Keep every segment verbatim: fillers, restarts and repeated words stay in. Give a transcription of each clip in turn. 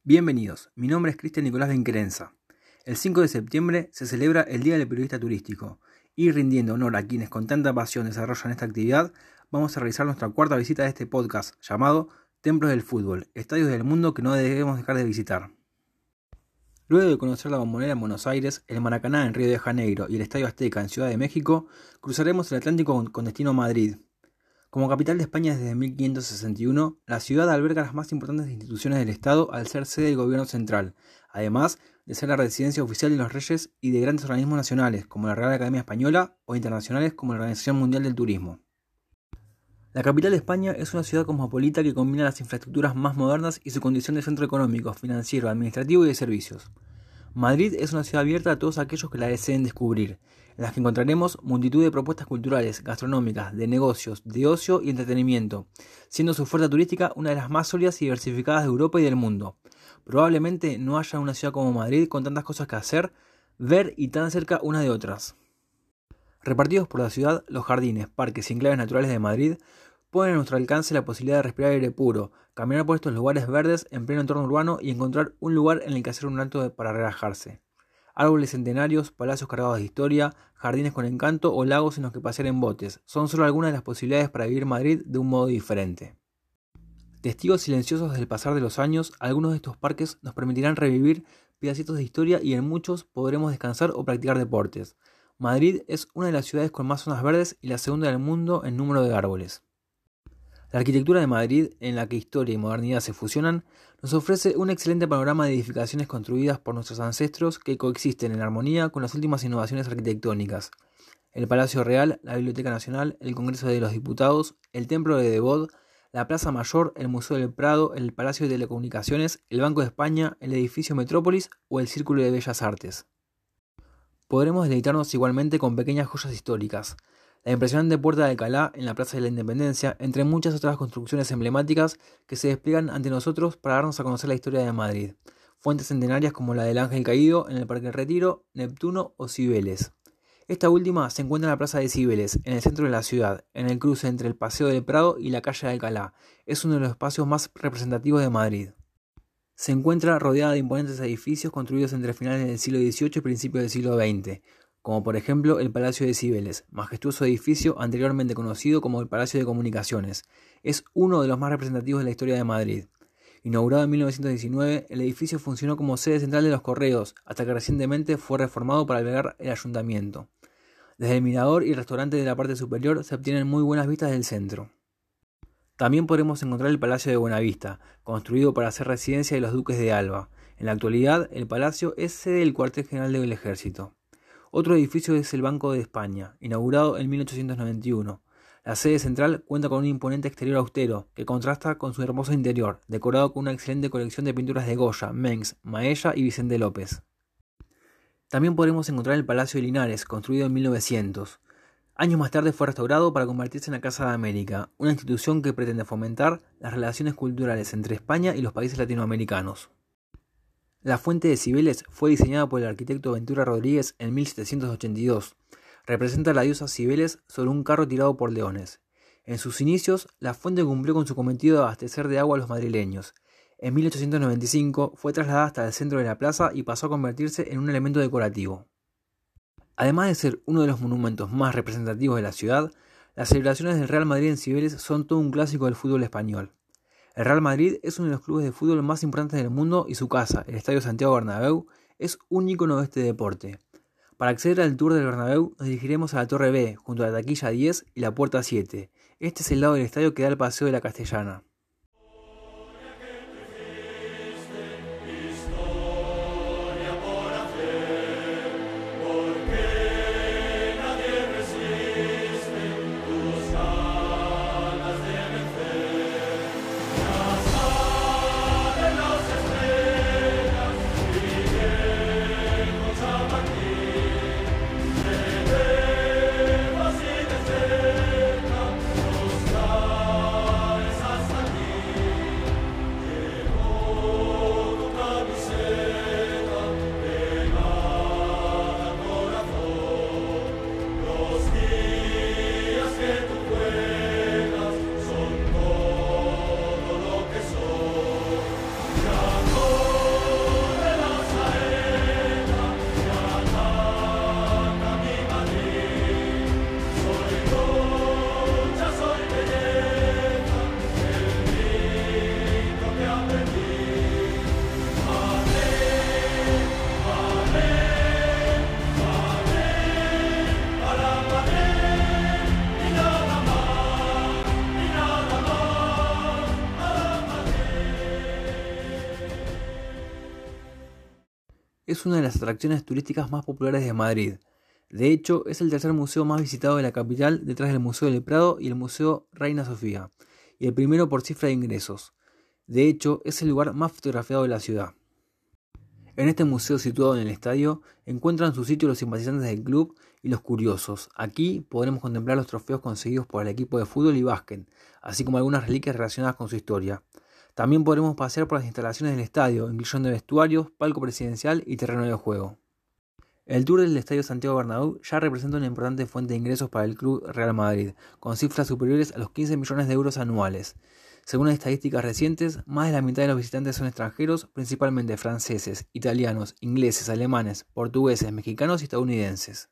Bienvenidos, mi nombre es Cristian Nicolás Benquerenza. El cinco de septiembre se celebra el Día del Periodista Turístico y rindiendo honor a quienes con tanta pasión desarrollan esta actividad, vamos a realizar nuestra cuarta visita de este podcast llamado Templos del Fútbol, estadios del mundo que no debemos dejar de visitar. Luego de conocer la Bombonera en Buenos Aires, el Maracaná en Río de Janeiro y el Estadio Azteca en Ciudad de México, cruzaremos el Atlántico con destino a Madrid. Como capital de España desde mil quinientos sesenta y uno, la ciudad alberga las más importantes instituciones del Estado al ser sede del gobierno central, además de ser la residencia oficial de los reyes y de grandes organismos nacionales como la Real Academia Española o internacionales como la Organización Mundial del Turismo. La capital de España es una ciudad cosmopolita que combina las infraestructuras más modernas y su condición de centro económico, financiero, administrativo y de servicios. Madrid es una ciudad abierta a todos aquellos que la deseen descubrir, en las que encontraremos multitud de propuestas culturales, gastronómicas, de negocios, de ocio y entretenimiento, siendo su oferta turística una de las más sólidas y diversificadas de Europa y del mundo. Probablemente no haya una ciudad como Madrid con tantas cosas que hacer, ver y tan cerca unas de otras. Repartidos por la ciudad, los jardines, parques y enclaves naturales de Madrid ponen a nuestro alcance la posibilidad de respirar aire puro, caminar por estos lugares verdes en pleno entorno urbano y encontrar un lugar en el que hacer un alto para relajarse. Árboles centenarios, palacios cargados de historia, jardines con encanto o lagos en los que pasear en botes son solo algunas de las posibilidades para vivir Madrid de un modo diferente. Testigos silenciosos del pasar de los años, algunos de estos parques nos permitirán revivir pedacitos de historia y en muchos podremos descansar o practicar deportes. Madrid es una de las ciudades con más zonas verdes y la segunda del mundo en número de árboles. La arquitectura de Madrid, en la que historia y modernidad se fusionan, nos ofrece un excelente panorama de edificaciones construidas por nuestros ancestros que coexisten en armonía con las últimas innovaciones arquitectónicas. El Palacio Real, la Biblioteca Nacional, el Congreso de los Diputados, el Templo de Devot, la Plaza Mayor, el Museo del Prado, el Palacio de Telecomunicaciones, el Banco de España, el Edificio Metrópolis o el Círculo de Bellas Artes. Podremos deleitarnos igualmente con pequeñas joyas históricas. La impresionante Puerta de Alcalá en la Plaza de la Independencia, entre muchas otras construcciones emblemáticas que se despliegan ante nosotros para darnos a conocer la historia de Madrid. Fuentes centenarias como la del Ángel Caído en el Parque Retiro, Neptuno o Cibeles. Esta última se encuentra en la Plaza de Cibeles, en el centro de la ciudad, en el cruce entre el Paseo del Prado y la calle de Alcalá. Es uno de los espacios más representativos de Madrid. Se encuentra rodeada de imponentes edificios construidos entre finales del siglo dieciocho y principios del siglo veinte, como por ejemplo el Palacio de Cibeles, majestuoso edificio anteriormente conocido como el Palacio de Comunicaciones. Es uno de los más representativos de la historia de Madrid. Inaugurado en mil novecientos diecinueve, el edificio funcionó como sede central de los correos, hasta que recientemente fue reformado para albergar el ayuntamiento. Desde el mirador y el restaurante de la parte superior se obtienen muy buenas vistas del centro. También podremos encontrar el Palacio de Buenavista, construido para ser residencia de los duques de Alba. En la actualidad, el palacio es sede del cuartel general del ejército. Otro edificio es el Banco de España, inaugurado en mil ochocientos noventa y uno. La sede central cuenta con un imponente exterior austero, que contrasta con su hermoso interior, decorado con una excelente colección de pinturas de Goya, Mengs, Maella y Vicente López. También podremos encontrar el Palacio de Linares, construido en mil novecientos. Años más tarde fue restaurado para convertirse en la Casa de América, una institución que pretende fomentar las relaciones culturales entre España y los países latinoamericanos. La Fuente de Cibeles fue diseñada por el arquitecto Ventura Rodríguez en mil setecientos ochenta y dos. Representa a la diosa Cibeles sobre un carro tirado por leones. En sus inicios, la fuente cumplió con su cometido de abastecer de agua a los madrileños. En mil ochocientos noventa y cinco fue trasladada hasta el centro de la plaza y pasó a convertirse en un elemento decorativo. Además de ser uno de los monumentos más representativos de la ciudad, las celebraciones del Real Madrid en Cibeles son todo un clásico del fútbol español. El Real Madrid es uno de los clubes de fútbol más importantes del mundo y su casa, el Estadio Santiago Bernabéu, es un ícono de este deporte. Para acceder al tour del Bernabéu nos dirigiremos a la Torre B, junto a la taquilla diez y la puerta siete. Este es el lado del estadio que da al Paseo de la Castellana. Es una de las atracciones turísticas más populares de Madrid. De hecho, es el tercer museo más visitado de la capital detrás del Museo del Prado y el Museo Reina Sofía, y el primero por cifra de ingresos. De hecho, es el lugar más fotografiado de la ciudad. En este museo situado en el estadio, encuentran su sitio los simpatizantes del club y los curiosos. Aquí podremos contemplar los trofeos conseguidos por el equipo de fútbol y básquet, así como algunas reliquias relacionadas con su historia. También podremos pasear por las instalaciones del estadio, incluyendo vestuarios, palco presidencial y terreno de juego. El tour del Estadio Santiago Bernabéu ya representa una importante fuente de ingresos para el Club Real Madrid, con cifras superiores a los quince millones de euros anuales. Según estadísticas recientes, más de la mitad de los visitantes son extranjeros, principalmente franceses, italianos, ingleses, alemanes, portugueses, mexicanos y estadounidenses.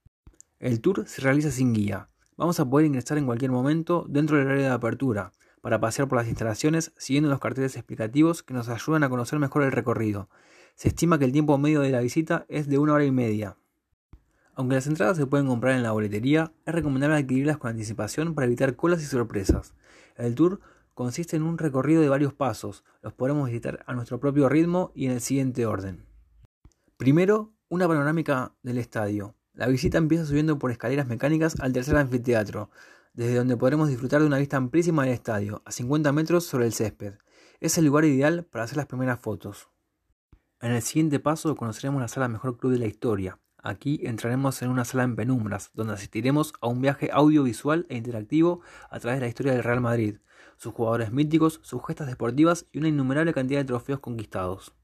El tour se realiza sin guía. Vamos a poder ingresar en cualquier momento dentro del área de apertura, para pasear por las instalaciones siguiendo los carteles explicativos que nos ayudan a conocer mejor el recorrido. Se estima que el tiempo medio de la visita es de una hora y media. Aunque las entradas se pueden comprar en la boletería, es recomendable adquirirlas con anticipación para evitar colas y sorpresas. El tour consiste en un recorrido de varios pasos, los podremos visitar a nuestro propio ritmo y en el siguiente orden. Primero, una panorámica del estadio. La visita empieza subiendo por escaleras mecánicas al tercer anfiteatro, desde donde podremos disfrutar de una vista amplísima del estadio, a cincuenta metros sobre el césped. Es el lugar ideal para hacer las primeras fotos. En el siguiente paso conoceremos la sala Mejor Club de la Historia. Aquí entraremos en una sala en penumbras, donde asistiremos a un viaje audiovisual e interactivo a través de la historia del Real Madrid, sus jugadores míticos, sus gestas deportivas y una innumerable cantidad de trofeos conquistados.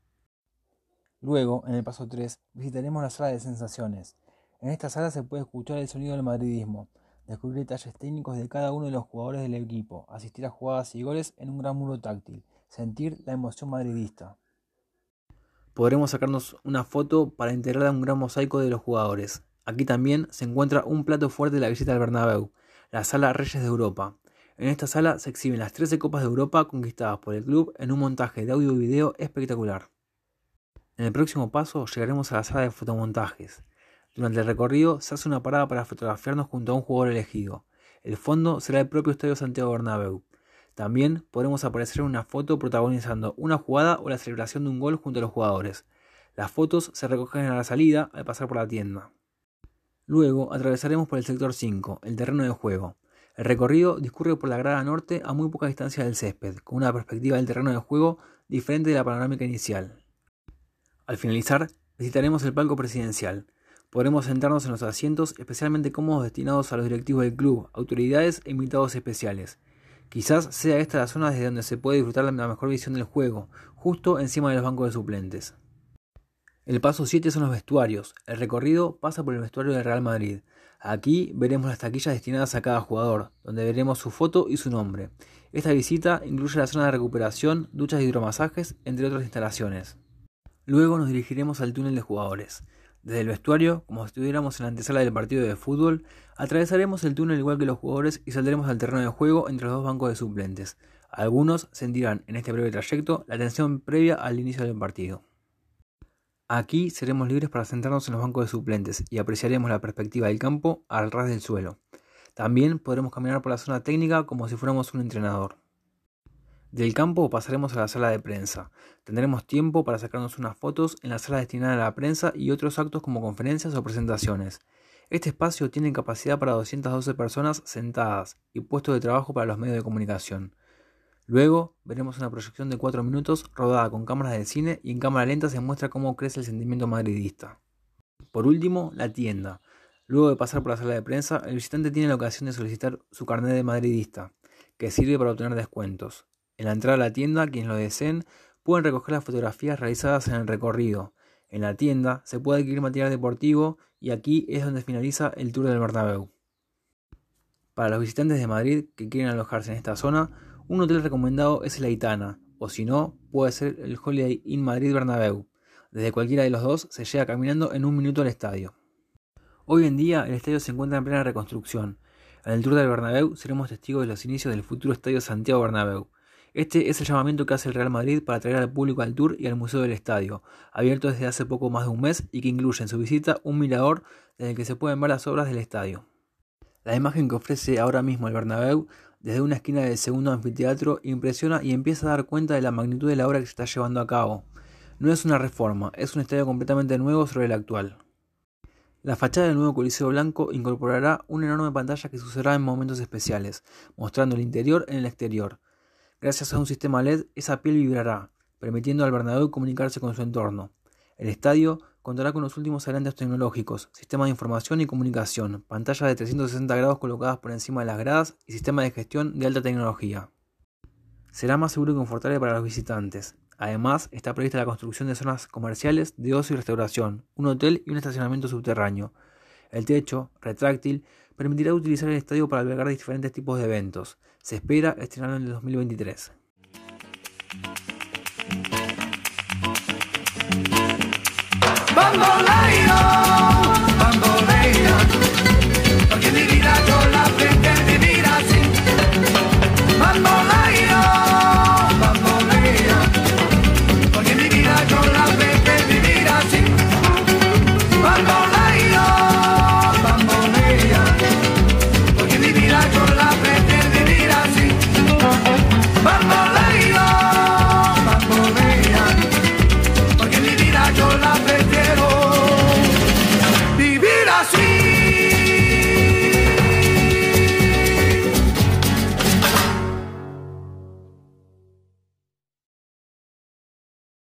Luego, en el paso tres, visitaremos la sala de sensaciones. En esta sala se puede escuchar el sonido del madridismo, descubrir detalles técnicos de cada uno de los jugadores del equipo, asistir a jugadas y goles en un gran muro táctil, sentir la emoción madridista. Podremos sacarnos una foto para integrarla a un gran mosaico de los jugadores. Aquí también se encuentra un plato fuerte de la visita al Bernabéu, la Sala Reyes de Europa. En esta sala se exhiben las trece Copas de Europa conquistadas por el club en un montaje de audio y video espectacular. En el próximo paso llegaremos a la sala de fotomontajes. Durante el recorrido se hace una parada para fotografiarnos junto a un jugador elegido. El fondo será el propio Estadio Santiago Bernabéu. También podremos aparecer en una foto protagonizando una jugada o la celebración de un gol junto a los jugadores. Las fotos se recogen a la salida al pasar por la tienda. Luego atravesaremos por el sector cinco, el terreno de juego. El recorrido discurre por la grada norte a muy poca distancia del césped, con una perspectiva del terreno de juego diferente de la panorámica inicial. Al finalizar, visitaremos el palco presidencial. Podremos sentarnos en los asientos especialmente cómodos destinados a los directivos del club, autoridades e invitados especiales. Quizás sea esta la zona desde donde se puede disfrutar la mejor visión del juego, justo encima de los bancos de suplentes. El paso siete son los vestuarios. El recorrido pasa por el vestuario del Real Madrid. Aquí veremos las taquillas destinadas a cada jugador, donde veremos su foto y su nombre. Esta visita incluye la zona de recuperación, duchas y hidromasajes, entre otras instalaciones. Luego nos dirigiremos al túnel de jugadores. Desde el vestuario, como si estuviéramos en la antesala del partido de fútbol, atravesaremos el túnel igual que los jugadores y saldremos al terreno de juego entre los dos bancos de suplentes. Algunos sentirán en este breve trayecto la tensión previa al inicio del partido. Aquí seremos libres para sentarnos en los bancos de suplentes y apreciaremos la perspectiva del campo al ras del suelo. También podremos caminar por la zona técnica como si fuéramos un entrenador. Del campo pasaremos a la sala de prensa. Tendremos tiempo para sacarnos unas fotos en la sala destinada a la prensa y otros actos como conferencias o presentaciones. Este espacio tiene capacidad para doscientas doce personas sentadas y puestos de trabajo para los medios de comunicación. Luego veremos una proyección de cuatro minutos rodada con cámaras de cine y en cámara lenta se muestra cómo crece el sentimiento madridista. Por último, la tienda. Luego de pasar por la sala de prensa, el visitante tiene la ocasión de solicitar su carnet de madridista, que sirve para obtener descuentos. En la entrada a la tienda, quienes lo deseen, pueden recoger las fotografías realizadas en el recorrido. En la tienda se puede adquirir material deportivo y aquí es donde finaliza el tour del Bernabéu. Para los visitantes de Madrid que quieren alojarse en esta zona, un hotel recomendado es el Aitana, o si no, puede ser el Holiday Inn Madrid Bernabéu. Desde cualquiera de los dos se llega caminando en un minuto al estadio. Hoy en día el estadio se encuentra en plena reconstrucción. En el tour del Bernabéu seremos testigos de los inicios del futuro estadio Santiago Bernabéu. Este es el llamamiento que hace el Real Madrid para atraer al público al tour y al Museo del Estadio, abierto desde hace poco más de un mes y que incluye en su visita un mirador desde el que se pueden ver las obras del estadio. La imagen que ofrece ahora mismo el Bernabéu desde una esquina del segundo anfiteatro impresiona y empieza a dar cuenta de la magnitud de la obra que se está llevando a cabo. No es una reforma, es un estadio completamente nuevo sobre el actual. La fachada del nuevo Coliseo Blanco incorporará una enorme pantalla que se usará en momentos especiales, mostrando el interior en el exterior. Gracias a un sistema L E D, esa piel vibrará, permitiendo al Bernabéu comunicarse con su entorno. El estadio contará con los últimos adelantos tecnológicos, sistema de información y comunicación, pantallas de trescientos sesenta grados colocadas por encima de las gradas y sistema de gestión de alta tecnología. Será más seguro y confortable para los visitantes. Además, está prevista la construcción de zonas comerciales, de ocio y restauración, un hotel y un estacionamiento subterráneo. El techo, retráctil, permitirá utilizar el estadio para albergar diferentes tipos de eventos. Se espera estrenarlo en el dos mil veintitrés. ¡Vamos!